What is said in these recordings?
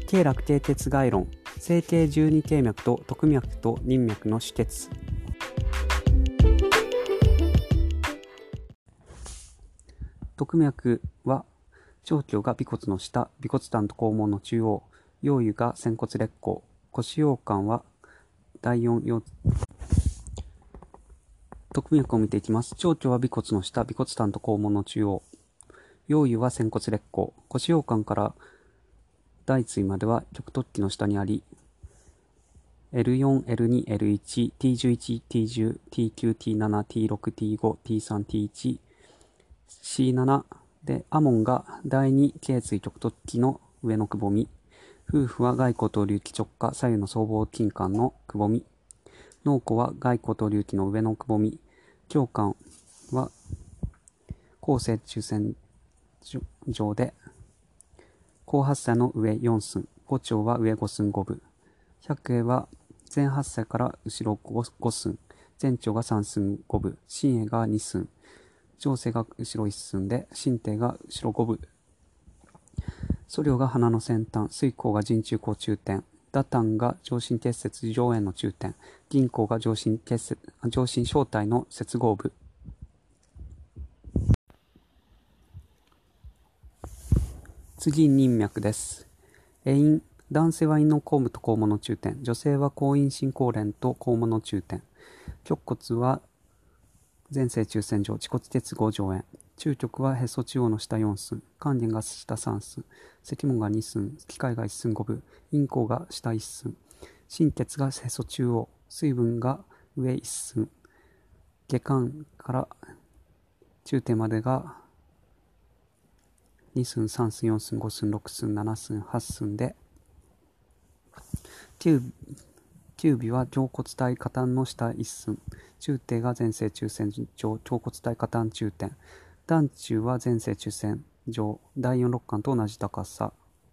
経絡経鉄概論。整形十二経脈と特脈と任脈の主血。特脈は長距が尾骨の下、尾骨端と肛門の中央、陽油が仙骨裂孔、腰陽管は第四腰。特脈を見ていきます。長距は尾骨の下、尾骨端と肛門の中央、陽油は仙骨裂孔、腰陽管から大椎までは極突起の下にあり、L4、L2、L1、T11、T10、T9、T7、T6、T5、T3、T1、C7 で、アモンが第二頸椎極突起の上のくぼみ、夫婦は外後頭隆起直下左右の僧帽筋管のくぼみ、脳湖は外後頭隆起の上のくぼみ、胸管は後正中線上で、後八歳の上4寸、後腸は上5寸5分、百会は前八歳から後ろ 5寸、前腸が3寸5分、心影が2寸、上背が後ろ1寸で、心底が後ろ5分。素量が鼻の先端、水孔が人中孔中点、打端が上心結節上縁の中点、銀孔が上心小体の接合部。次、任脈です。陰、男性は陰の肛部と肛門の中点、女性は後陰進行連と肛門の中点、極骨は前正中線上、恥骨結合上縁、中極はへそ中央の下4寸、関元が下3寸、石門が2寸、機械が1寸5分、陰孔が下1寸、心血がへそ中央、水分が上1寸、下間から中点までが2寸、3寸、4寸、5寸、6寸、7寸、8寸で、九尾は上骨体下端の下1寸、中底が前正中線上、上骨体下端中点、段中は前正中線上、第4肋間と同じ高さ、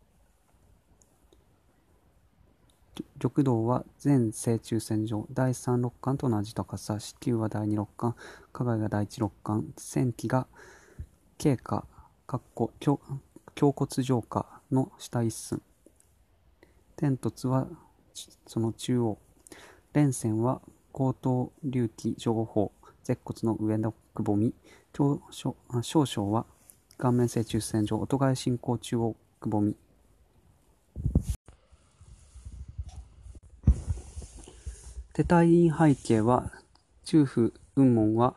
玉堂は前正中線上、第3肋間と同じ高さ、子宮は第2肋間、下外が第1肋間、線気が経過、胸骨上下の下1寸、天突はその中央、連線は後頭隆起上方、舌骨の上のくぼみ、少々は顔面正中線上、音外進行中央くぼみ。手体陰背景は、中府、雲門は、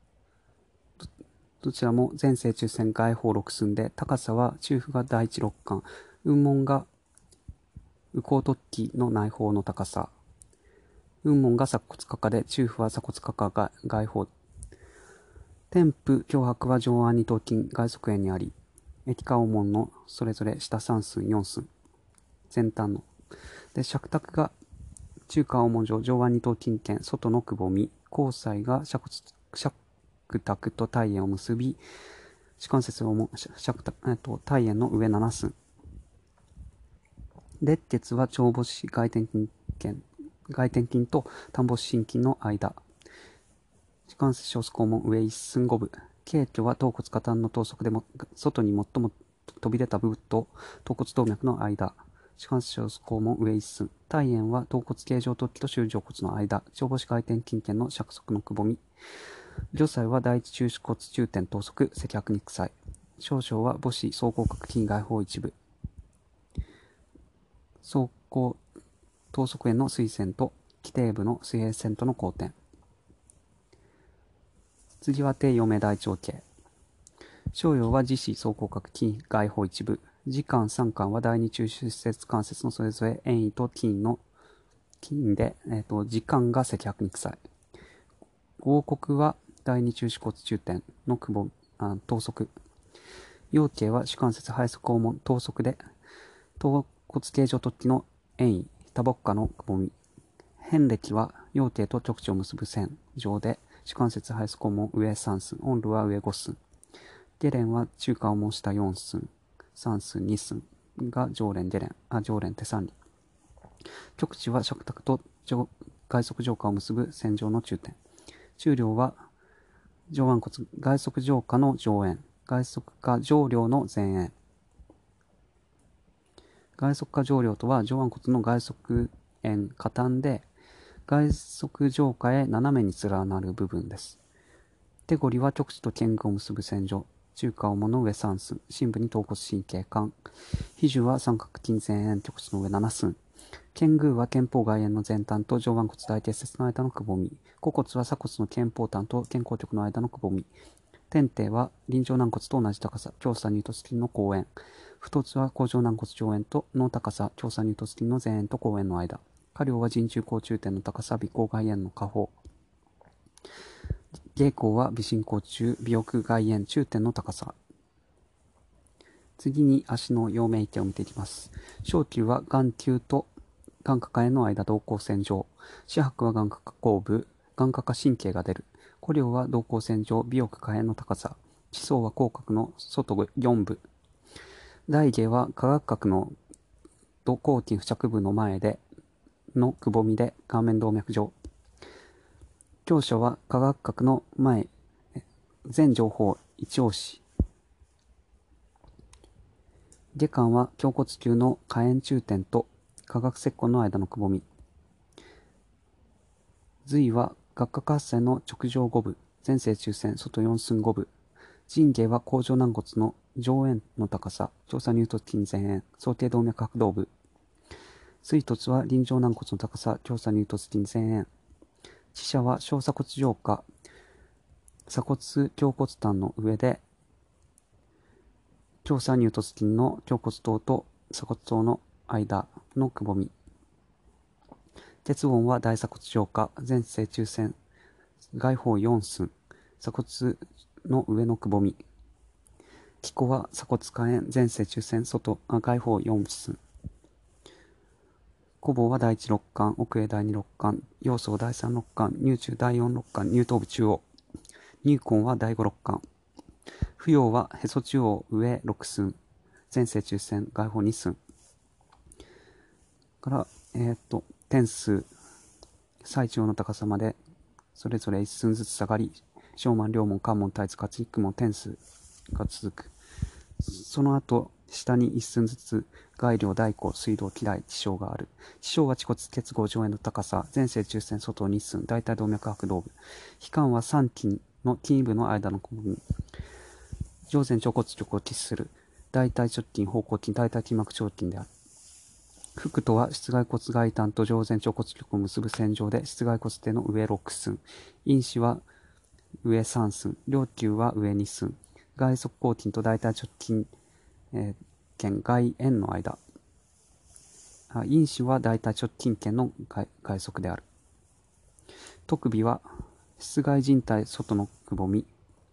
どちらも前正中線外方6寸で、高さは中府が第一肋間、雲門が右後突起の内方の高さ。雲門が鎖骨下下で、中府は鎖骨下下が外方。天府、胸白は上腕二頭筋外側縁にあり、液下黄門のそれぞれ下3寸、4寸。先端の。で、尺卓が中下黄門上、上腕二頭筋圏、外のくぼみ。交際が尺卓と体円を結び、歯関節を体円の上7寸。列血は腸母子外転筋と端母子心筋の間。歯関節小肛門上1寸5分。経距は頭骨下端の頭側でも外に最も飛び出た部分と頭骨動脈の間。歯関節小肛門上1寸。体円は頭骨形状突起と周上骨の間。腸母子外転筋圏の尺側のくぼみ。魚細は第一中骨中点頭側赤白肉細。少々は母子総合角筋外方一部。走行頭側縁の水線と基底部の水平線との交点。次は低陽明大腸径。小陽は自子総合角筋外方一部。耳管三管は第二中出節関節のそれぞれ遠位と筋で、耳管が赤白肉細。合谷は第二中手骨中点の頭側。陽径は主関節背側肛門頭側で、頭骨形状突起の遠位、多勃下のくぼみ。遍歴は陽径と直腸を結ぶ線上で、主関節背側肛門上3寸、温路は上5寸。下連は中下黄門下4寸、3寸2寸が上連手三里。極地は尺卓と外側上下を結ぶ線上の中点。中梁は上腕骨外側上下の上縁、外側下上梁の前縁。 外側下上梁とは上腕骨の外側縁下端で外側上下へ斜めに連なる部分です。手ゴリは直視と剣具を結ぶ線上、中下主の上3寸、深部に頭骨神経管。比重は三角筋前縁直視の上7寸。剣具は肩峰外縁の前端と上腕骨大鉄節の間のくぼみ。股骨は鎖骨の肩峰端と肩甲骨の間のくぼみ。天底は輪状軟骨と同じ高さ、胸鎖乳突筋の後縁。太骨は甲状軟骨上縁との高さ、胸鎖乳突筋の前縁と後縁の間。下梁は人中甲中点の高さ、尾甲外縁の下方。下甲は尾心甲中、尾翼外縁中点の高さ。次に足の陽明池を見ていきます。小球は眼球と眼下下縁の間同行線上。四白は眼下下後部、眼下下神経が出る。小梁は同行線上、尾翼下縁の高さ。地層は口角の外4部。大下は下顎角の土後筋付着部の前でのくぼみで顔面動脈上。強者は下顎角の前、前上方一押し。下巻は胸骨球の下縁中点と下顎石骨の間のくぼみ。髄は顎下滑線の直上5部、前正中線、外4寸5部。腎芸は甲状軟骨の上縁の高さ、長鎖乳突筋前縁、想定動脈拍動部。椎突は輪状軟骨の高さ、長鎖乳突筋前縁。地斜は小鎖骨上下、鎖骨胸骨端の上で、長鎖乳突筋の胸骨頭と鎖骨頭の間のくぼみ。鉄音は大鎖骨上下、前正中線、外方4寸、鎖骨の上のくぼみ。気庫は鎖骨下縁、前正中線、外方4寸。小房は第一肋間、奥へ第二肋間、腰層第三肋間、乳中第四肋間、乳頭部中央。乳根は第五肋間。扶養はへそ中央上6寸、前正中線、外方2寸。から、点数、最長の高さまで、それぞれ1寸ずつ下がり、小門、両門、関門、体図、活育門、点数が続く。その後、下に1寸ずつ、外梁、大骨、水道、気大、地小がある。地小は恥骨、結合上縁の高さ、前正中線、外2寸、大腿動脈拍動部。皮間は三筋の筋部の間のくぼみ。上前腸骨力を喫する。大腿直筋、方向筋、大腿筋膜腸筋である。腹とは室外骨外端と上前腸骨力を結ぶ線上で、室外骨底の上6寸。陰子は上3寸。両球は上2寸。外側後筋と大腿直筋、腱外縁の間。陰子は大腿直筋腱の外側である。特尾は室外靭帯外のくぼみ。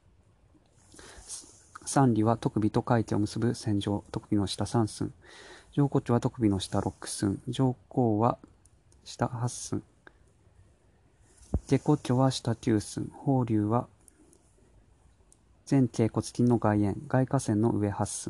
三里は特尾と回転を結ぶ線上、特尾の下3寸。上骨は特尾の下6寸。上甲は下8寸。下骨は下9寸。法隆は前脛骨筋の外縁、外下線の上8寸。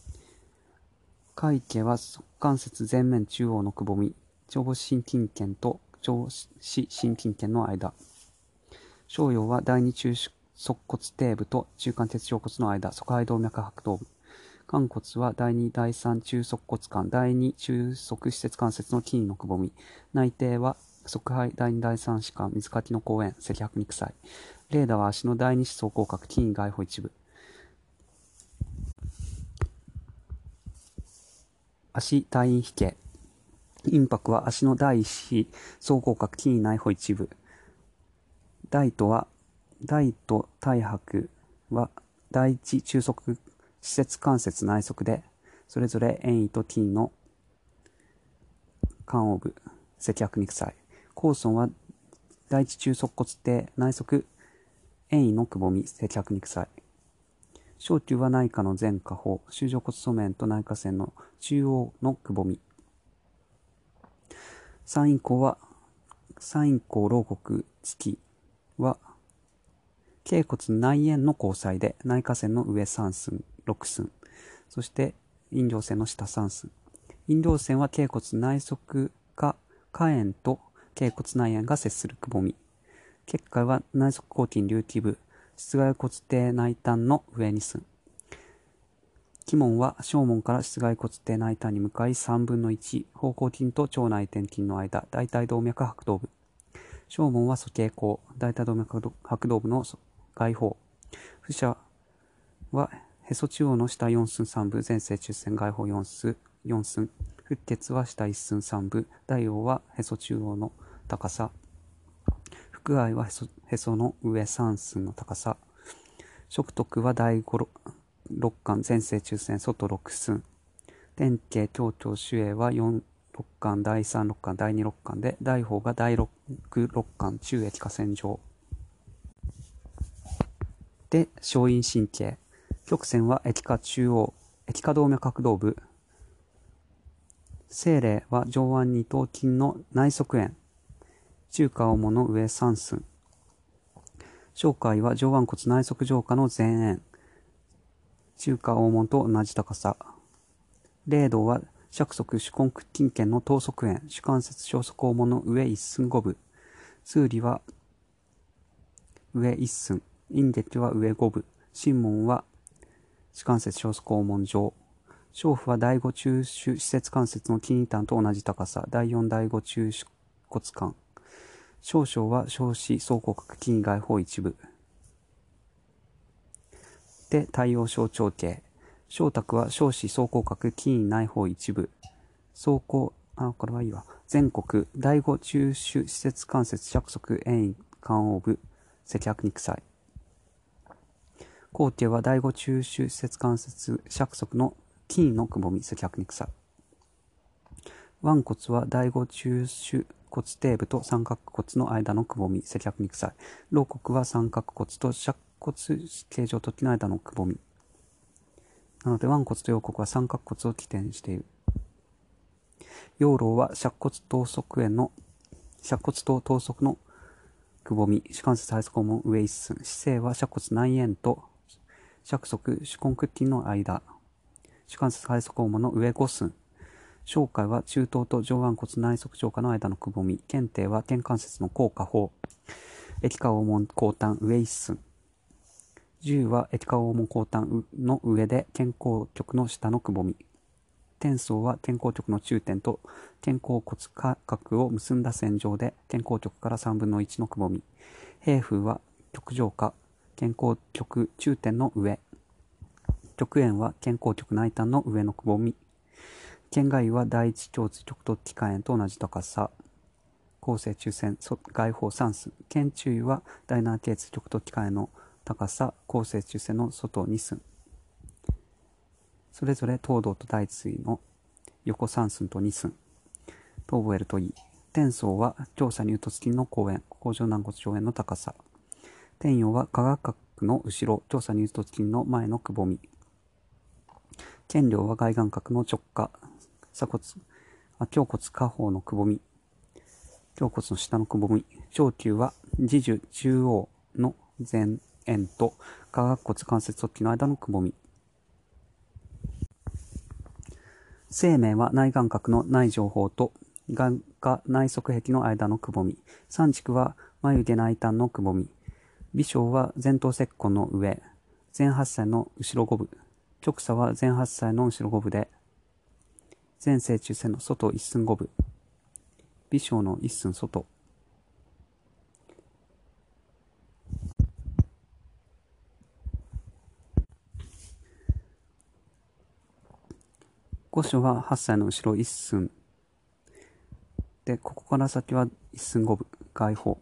回家は側関節前面中央のくぼみ、上母心筋腱と上肢心筋腱の間。小葉は第二中足骨底部と中間鉄上骨の間、側肺動脈拍動部。寛骨は第二第三中足骨間、第二中足施設関節の筋のくぼみ。内底は側肺第二第三歯間、水かきの後縁、赤白肉細。レーダは足の第二趾相口角、筋外方一部。足大陰比形。陰白は足の第一子相口角筋内方一部。大と大白は第一中足施設関節内側で、それぞれ遠位と筋の間王部、赤白肉細。後尊は第一中足骨底内側遠位のくぼみ、赤白肉細。小球は内下の前下方、周上骨素面と内下線の中央のくぼみ。三陰交は、三陰交橈骨付は、脛骨内縁の交際で、内下線の上3寸、6寸。そして、陰陵線の下3寸。陰陵線は脛骨内側下縁と脛骨内縁が接するくぼみ。結界は内側後筋隆起部、室外骨底内端の上2寸。 鬼門は正門から室外骨底内端に向かい3分の1、方向筋と腸内転筋の間、大腿動脈拍動部。正門は鼠径孔、大腿動脈拍動部の外方。腹斜はへそ中央の下4寸3部、前正中線外方4寸。腹結は下1寸3部、大葉はへそ中央の高さ。腹愛はへその上3寸の高さ。食徳は第5六巻、前正中線外6寸。天慶、胸腸、主栄は4六巻、第3六巻、第2六巻で、大方が第6六巻、中液下線上。で、小陰神経。曲線は液下中央、液下動脈拍動部。精霊は上腕二頭筋の内側縁。中下主の上3寸。小海は上腕骨内側上下の前縁。中下大門と同じ高さ。霊道は尺側手根屈筋腱の等側縁。主関節小側大門の上1寸5分。通理は上1寸。陰月は上5分。神門は主関節小側大門上。小腹は第5中主施設関節の筋位端と同じ高さ。第4第5中主骨間。小小は小肢総骨格筋外方一部。で、対応小腸径。小卓は小肢総骨格筋内方一部。これはいいわ。全国第5中主施設関節尺側遠位間王部赤白肉細。後径は第5中主施設関節尺側の筋のくぼみ赤白肉細。腕骨は第5中主骨底部と三角骨の間のくぼみ赤白肉細。橈骨は三角骨と尺骨形状突起の間のくぼみ。なので腕骨と橈骨は三角骨を起点している。葉老は尺骨等側縁の尺骨と等側のくぼみ。主関節背側門上1寸。姿勢は尺骨内縁と尺側手根屈筋の間。主関節背側門の上5寸。小海は中頭と上腕骨内側上下の間のくぼみ。検定は肩関節の後下方。液下黄門後端上1寸。10は液下黄門後端の上で肩甲極の下のくぼみ。天層は肩甲極の中点と肩甲骨角を結んだ線上で肩甲極から3分の1のくぼみ。平風は極上下、肩甲極中点の上。極縁は肩甲極内端の上のくぼみ。肩外は第一胸椎極突起下縁と同じ高さ。後正中線外方3寸。肩中位は第7頸椎極突起下縁の高さ。後正中線の外2寸。それぞれ頭動と大椎の横3寸と2寸と覚えるといい。天層は長鎖乳突筋の後縁、甲状軟骨上縁の高さ。天葉は下顎角の後ろ、長鎖乳突筋の前のくぼみ。肩梁は外眼角の直下、胸骨下方のくぼみ。胸骨の下のくぼみ。長球は自樹中央の前縁と下顎骨関節突起の間のくぼみ。生命は内眼角の内上方と眼下内側壁の間のくぼみ。三軸は眉毛内端のくぼみ。微小は前頭石骨の上。前八歳の後ろ5分。極左は前八歳の後ろ5分で、前正中線の外1寸5分。微小の1寸外。五所は8歳の後ろ1寸。で、ここから先は1寸5分。外方。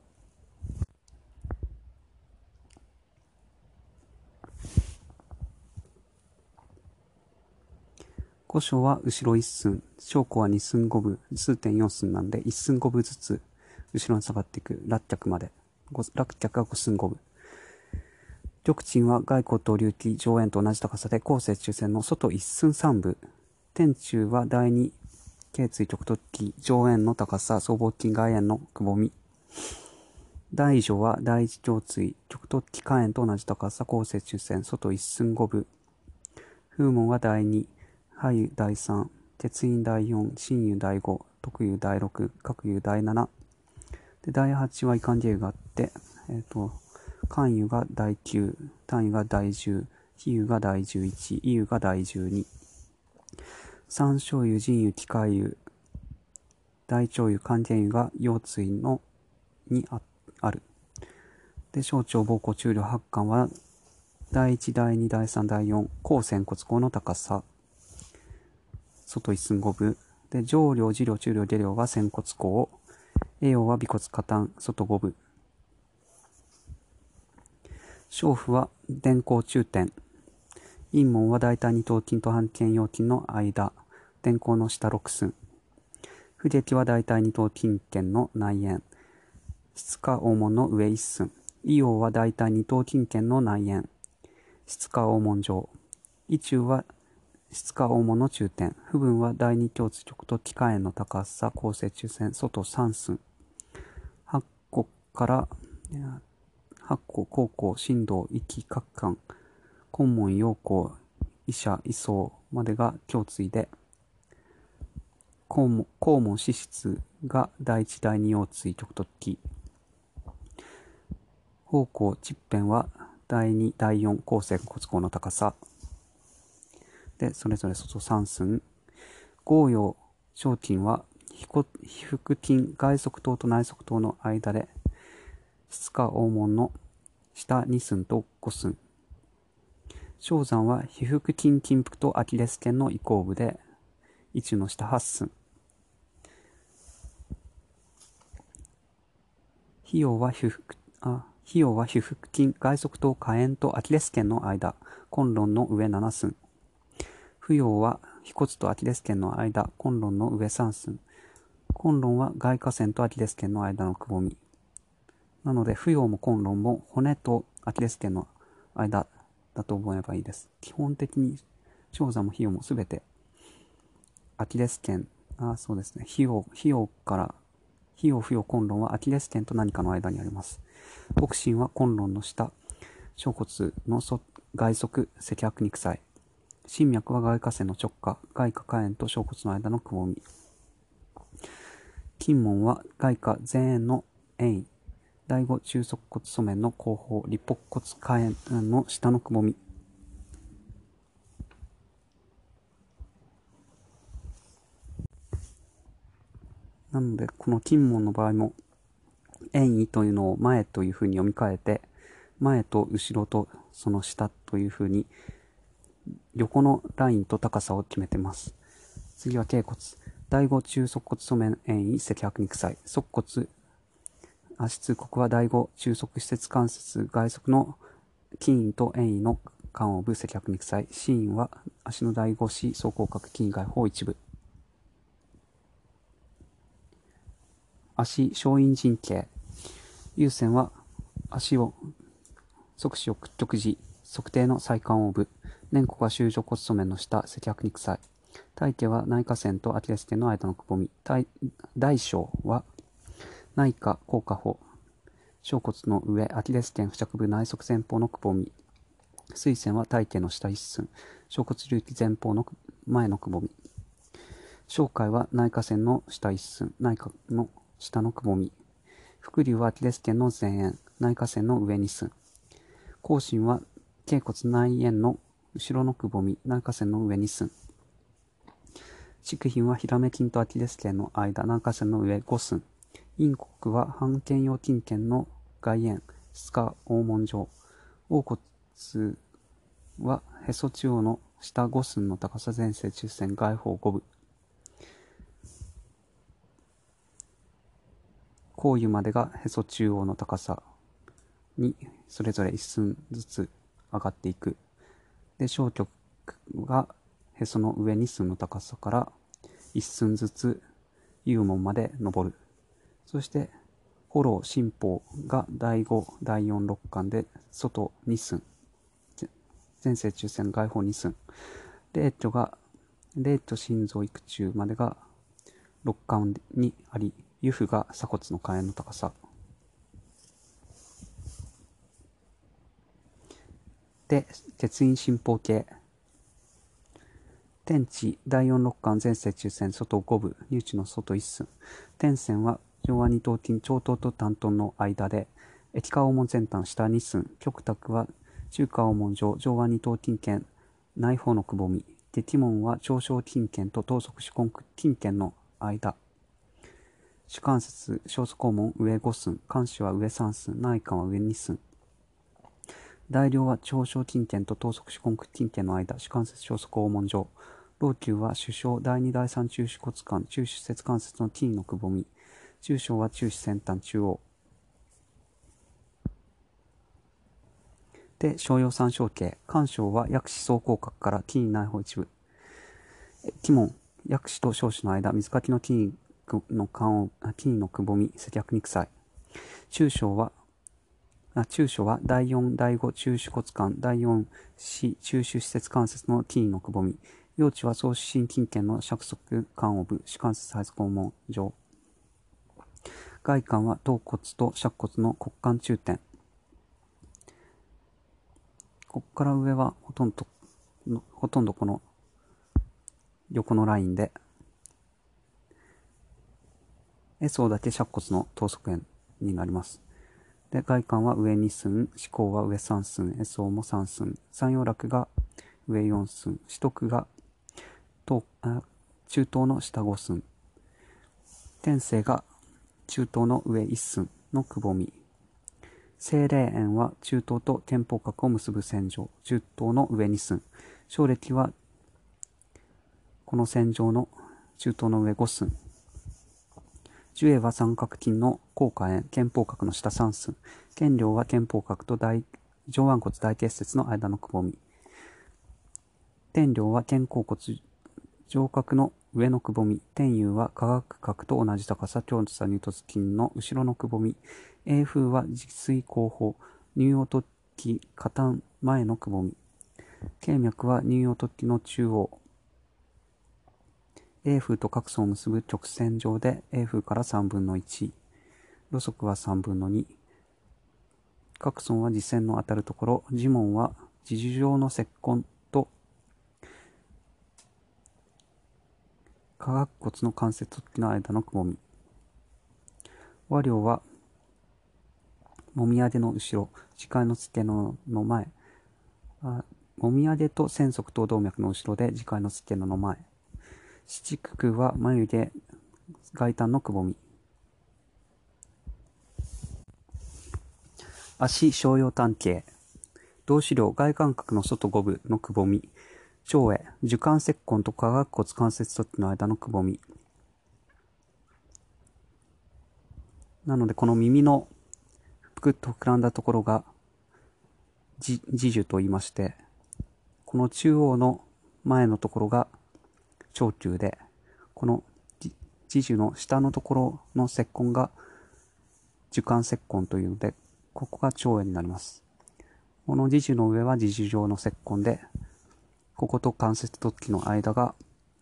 五所は後ろ1寸。小骨は2寸5分。数点4寸なんで、1寸5分ずつ後ろに下がっていく。落脚まで。落脚が5寸5分。緑鎮は外骨と隆起上縁と同じ高さで、後正中線の外1寸3分。天中は第2頸椎極突起上縁の高さ、僧帽筋外縁のくぼみ。大上は第一胸椎極突起下縁と同じ高さ、後正中線、外1寸5分。風門は第2、肺油第3、鉄印第4、心油第5、特油第6、角油第7。で、第8は胃管下油があって、肝油が第9、胆油が第10、 比喩が第11、伊喩が第12。三小喩、人喩、機械喩、大長喩、還元喩が腰椎のにある。で、小腸、膀胱、中量、発汗は第1、第2、第3、第4、後仙骨孔の高さ。外一寸五分。で、上量、次量、中量、下量は仙骨孔。栄養は尾骨下端、外五分。小腹は電光中点。陰門は大腿二頭筋と半腱腰筋の間。電光の下6寸。不激は大腿二頭筋腱の内縁。質下黄門の上1寸。異様は大腿二頭筋腱の内縁。質下黄門上。異中は質下黄門の中点。不分は第二胸椎極と気下縁の高さ、後正中線、外3寸。八個から、八個、口腔、心動、息、角管、肛門、陽孔、胃舎、胃槽までが胸椎で、肛門、脂質が第一、第二腰椎、極突起。方向、実辺は第2、第4、後仙骨孔の高さ。で、それぞれ外3寸。合葉、小筋は皮腹筋、外側頭と内側頭の間で、質下黄門の下2寸と5寸。小山は皮腹筋筋腹とアキレス腱の移行部で、位中の下8寸。費用は皮腹筋、外側頭下縁とアキレス腱の間、根論の上7寸。不要は腓骨とアキレス腱の間、根論の上3寸。根論は外下線とアキレス腱の間のくぼみ。なので、不要も根論も骨とアキレス腱の間だと覚えればいいです。基本的に、長座も費用もすべて、アキレス腱、そうですね。費用、不要、根論はアキレス腱と何かの間にあります。北心は根論の下、小骨の外側、赤白肉細。心脈は外下線の直下、外下下縁と小骨の間のくぼみ。筋門は外下前縁の縁位。第5中足骨素面の後方、立北骨下縁の下のくぼみ。なので、この筋門の場合も、縁位というのを前というふうに読み替えて、前と後ろとその下というふうに、横のラインと高さを決めてます。次は脛骨。第5中足骨素面縁位赤白肉細。足骨、足通骨は第5中足施設関節外側の筋位と縁位の間を部赤白肉細。心位は足の第5子走行角筋外方一部。足小陰神経。有線は足を側視を屈直時、測定の細管を部。粘骨は周上骨素面の下、赤白肉細。体径は内下線とアキレス腱の間のくぼみ。大小は内下、後下方。小骨の上、アキレス腱付着部内側前方のくぼみ。水線は体径の下一寸。小骨隆起前方の前のくぼみ。小海は内下線の下一寸。内下の下のくぼみ。腹流はアキレス腱の前縁。内下線の上二寸。後心は脛骨内縁の後ろのくぼみ、内下線の上2寸。측筋はヒラメ筋とアキレス腱の間、内下線の上5寸。陰骨は半腱腰筋腱の外縁、質下黄門上。横骨はへそ中央の下5寸の高さ、前正中線外方5分。後喩までがへそ中央の高さにそれぞれ1寸ずつ上がっていく。で、小極がへその上2寸の高さから1寸ずつ幽門まで登る。そして、フォロー、心法が第5、第4、6巻で外2寸。前正中線外方2寸。霊著心臓育中までが6巻にあり、油符が鎖骨の下縁の高さ。で、鉄陰心法系。天地、第4六巻、前正中線、外5部、入地の外1寸。天線は、上腕二頭筋、長頭と短頭の間で、液化黄門前端、下2寸。極卓は、 中華黄門上、上腕二頭筋腱、内方のくぼみ。で、ティモンは長小筋腱と頭側手根筋腱の間。主関節、小足肛門上5寸、関節は上3寸、内関は上2寸。大梁は長小筋腱と頭側手根筋腱の間、主関節小足肛門上。老朽は主小第2第3中手骨間、中主節関節の T のくぼみ。中小は中主先端中央。で、小葉三小形。関小は薬師総口角から T 内方一部。ティモン、薬師と小手の間、水かきの T のT のくぼみ、赤薬肉細。中小は第4、第5中手骨間、第4子中手施設関節の T のくぼみ。陽地は総主心筋腱の尺側間を部、主関節背側肛門上。外間は頭骨と尺骨の骨間中点。ここから上はほとんどこの横のラインで、エソだけ尺骨の等側円になります。で、外間は上2寸、四孔は上3寸、エソも3寸、三葉落が上4寸、四徳が中等の下5寸、天性が中等の上1寸のくぼみ。清霊円は中等と天方角を結ぶ線上、中等の上2寸。小暦はこの線上の中等の上5寸。樹影は三角筋の甲下円、肩方角の下3寸。肩梁は肩方角と上腕骨大結節の間のくぼみ。天梁は肩甲骨上角の上のくぼみ。天遊は下顎角と同じ高さ、強鎖乳突筋の後ろのくぼみ。英風は自椎後方、乳葉突起下端前のくぼみ。経脈は乳葉突起の中央。英風と角層を結ぶ直線上で、英風から3分の1。路側は3分の2。角層は自線の当たるところ、耳門は自樹状の石痕と下顎骨の関節突起の間のくぼみ。和梁はもみあげの後ろ、耳介の付け根の前。もみあげと仙側頭動脈の後ろで耳介の付け根の前。七九は眉毛外端のくぼみ。足小葉端形。同趾梁外間隔の外5分のくぼみ。長栄樹幹石痕と下顎骨関節突起の間のくぼみ。なのでこの耳のぷくっと膨らんだところが耳樹と言いまして、この中央の前のところが長丘で、この耳樹の下のところの石痕が樹幹石痕というので、ここが長栄になります。この耳樹の上は耳樹状の石痕で、ここと関節突起の間が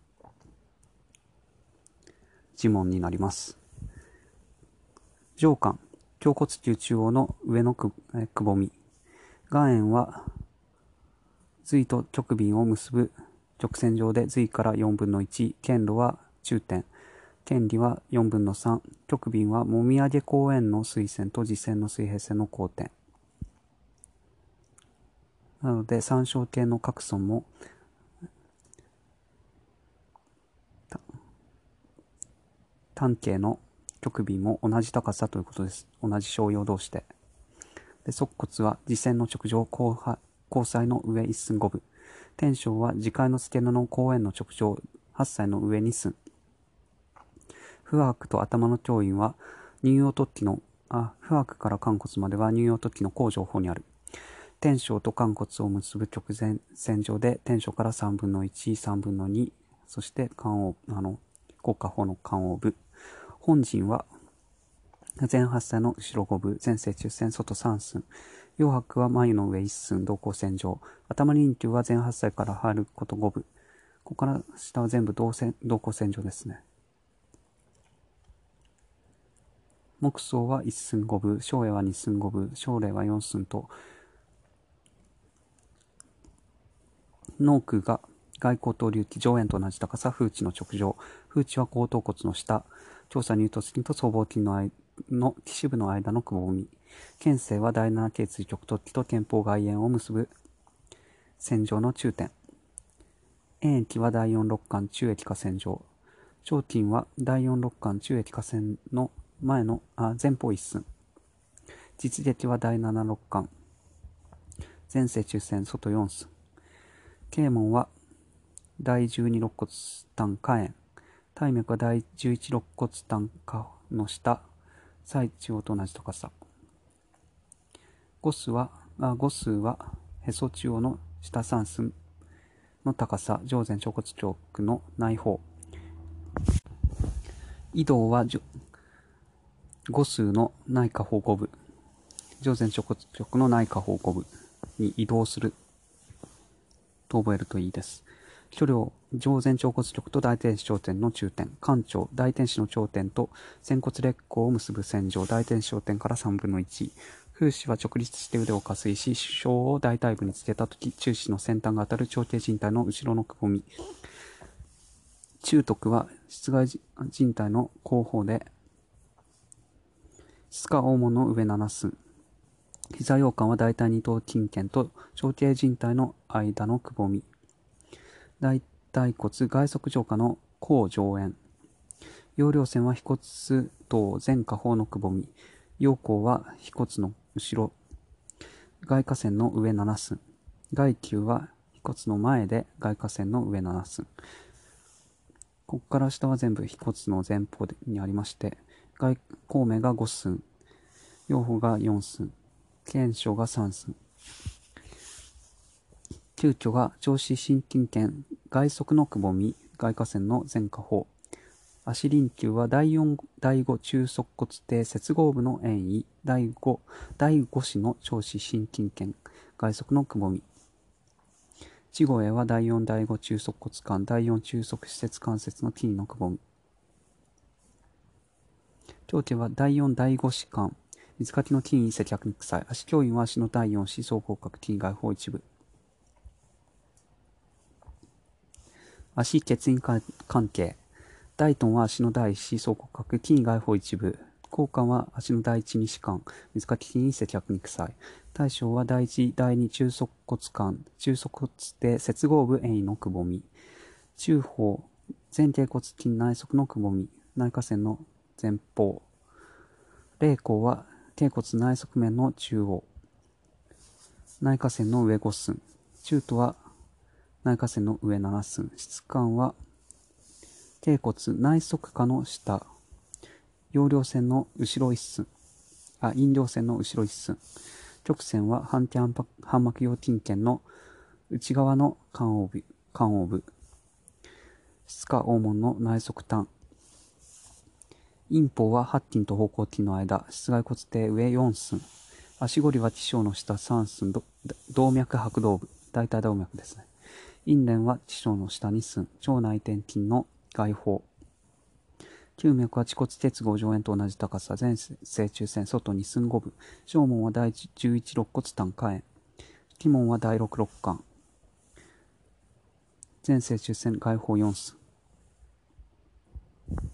耳門になります。上巻、胸骨球中央の上のくぼみ。眼円は髄と極鼻を結ぶ直線上で髄から4分の1、剣路は中点、剣理は4分の3、極鼻はもみあげ後円の水線と自線の水平線の交点。なので三小形の角層も単形の極鼻も同じ高さということです。同じ小葉同士で。で、側骨は自線の直上交際の上1寸5分。天正は耳介の付け根の後円の直上8歳の上2寸。不白と頭の教員は乳葉突起の不白から肝骨までは乳葉突起の後上方にある。天正と肝骨を結ぶ直前線上で天正から3分の1、3分の2、そして後下方の肝黄部。本陣は前8歳の後ろ5分、前正中線外3寸。葉白は眉の上1寸、瞳孔線上。頭輪球は前8歳から入ること5分。ここから下は全部瞳孔線上ですね。木層は1寸5分、小栄は2寸5分、小霊は4寸と、脳腔が外後頭隆起上円と同じ高さ、風池の直上。風池は後頭骨の下、長鎖乳突筋と僧帽筋の基支部の間のくぼみ。 県西は第七頸椎極突起と憲法外縁を結ぶ線上の中点。円液は第四肋間中液下線上。頂点は第四肋間中液下線の前方一寸。実撃は第七肋間前正中線外四寸。頸門は第十二肋骨端下縁。体脈は第十一肋骨端下の下、最中央と同じ高さ。五数はへそ中央の下三寸の高さ、上前腸骨直の内方。移動は五数の内下方5部、上前腸骨直の内下方5部に移動すると覚えるといいです。距離を上前腸骨直と大天子頂点の中点、間長、大天子の頂点と仙骨裂孔を結ぶ線上、大天子頂点から3分の1。風刺は直立して腕を下垂し、手掌を大腿部につけたとき、中指の先端が当たる長径靭帯の後ろのくぼみ。中徳は室外靭帯の後方で、質下黄門の上7寸。膝羊羹は大腿二頭筋腱と長径靭帯の間のくぼみ。大腿骨外側上下の後上縁。葉稜線は腓骨頭前下方のくぼみ。陽孔は腓骨の後ろ。外下線の上7寸。外球は腓骨の前で外下線の上7寸。ここから下は全部腓骨の前方にありまして、外後面が5寸。陽方が4寸。腱鞘が3寸。急遽が上肢心筋腱外側のくぼみ、外下線の前下方。足輪球は第4、第5中足骨底接合部の円位、第5子の上肢心筋腱外側のくぼみ。地護栄は第4、第5中足骨間、第4中足施設関節の筋のくぼみ。胸椎は第4、第5子間、水かきの筋位脊脚肉細。足胸院は足の第4子総合角筋外方一部。足血印関係。大臀は足の第1子総合角筋外方一部。後間は足の第1、2子間、水かき筋脊脚肉細。大小は第1、第2中足骨間、中足骨底接合部円位のくぼみ。中方、前脛骨筋内側のくぼみ。内下線の前方。霊孔は脛骨内側面の中央。内下線の上5寸。中途は内下線の上7寸。質間は脛骨内側下の下。葉稜線の後ろ1寸。陰稜線の後ろ1寸。直線は反膜葉筋腱の内側の間黄部。質下黄門の内側端。陰方は八筋と方向筋の間。室外骨底上4寸。足堀は地小の下3寸。動脈拍動部。大腿動脈ですね。陰連は地小の下2寸。腸内転筋の外方。球脈は恥骨結合上縁と同じ高さ。前正中線外2寸5分。小門は第11肋骨端下縁。鬼門は第6肋間。前正中線外方4寸。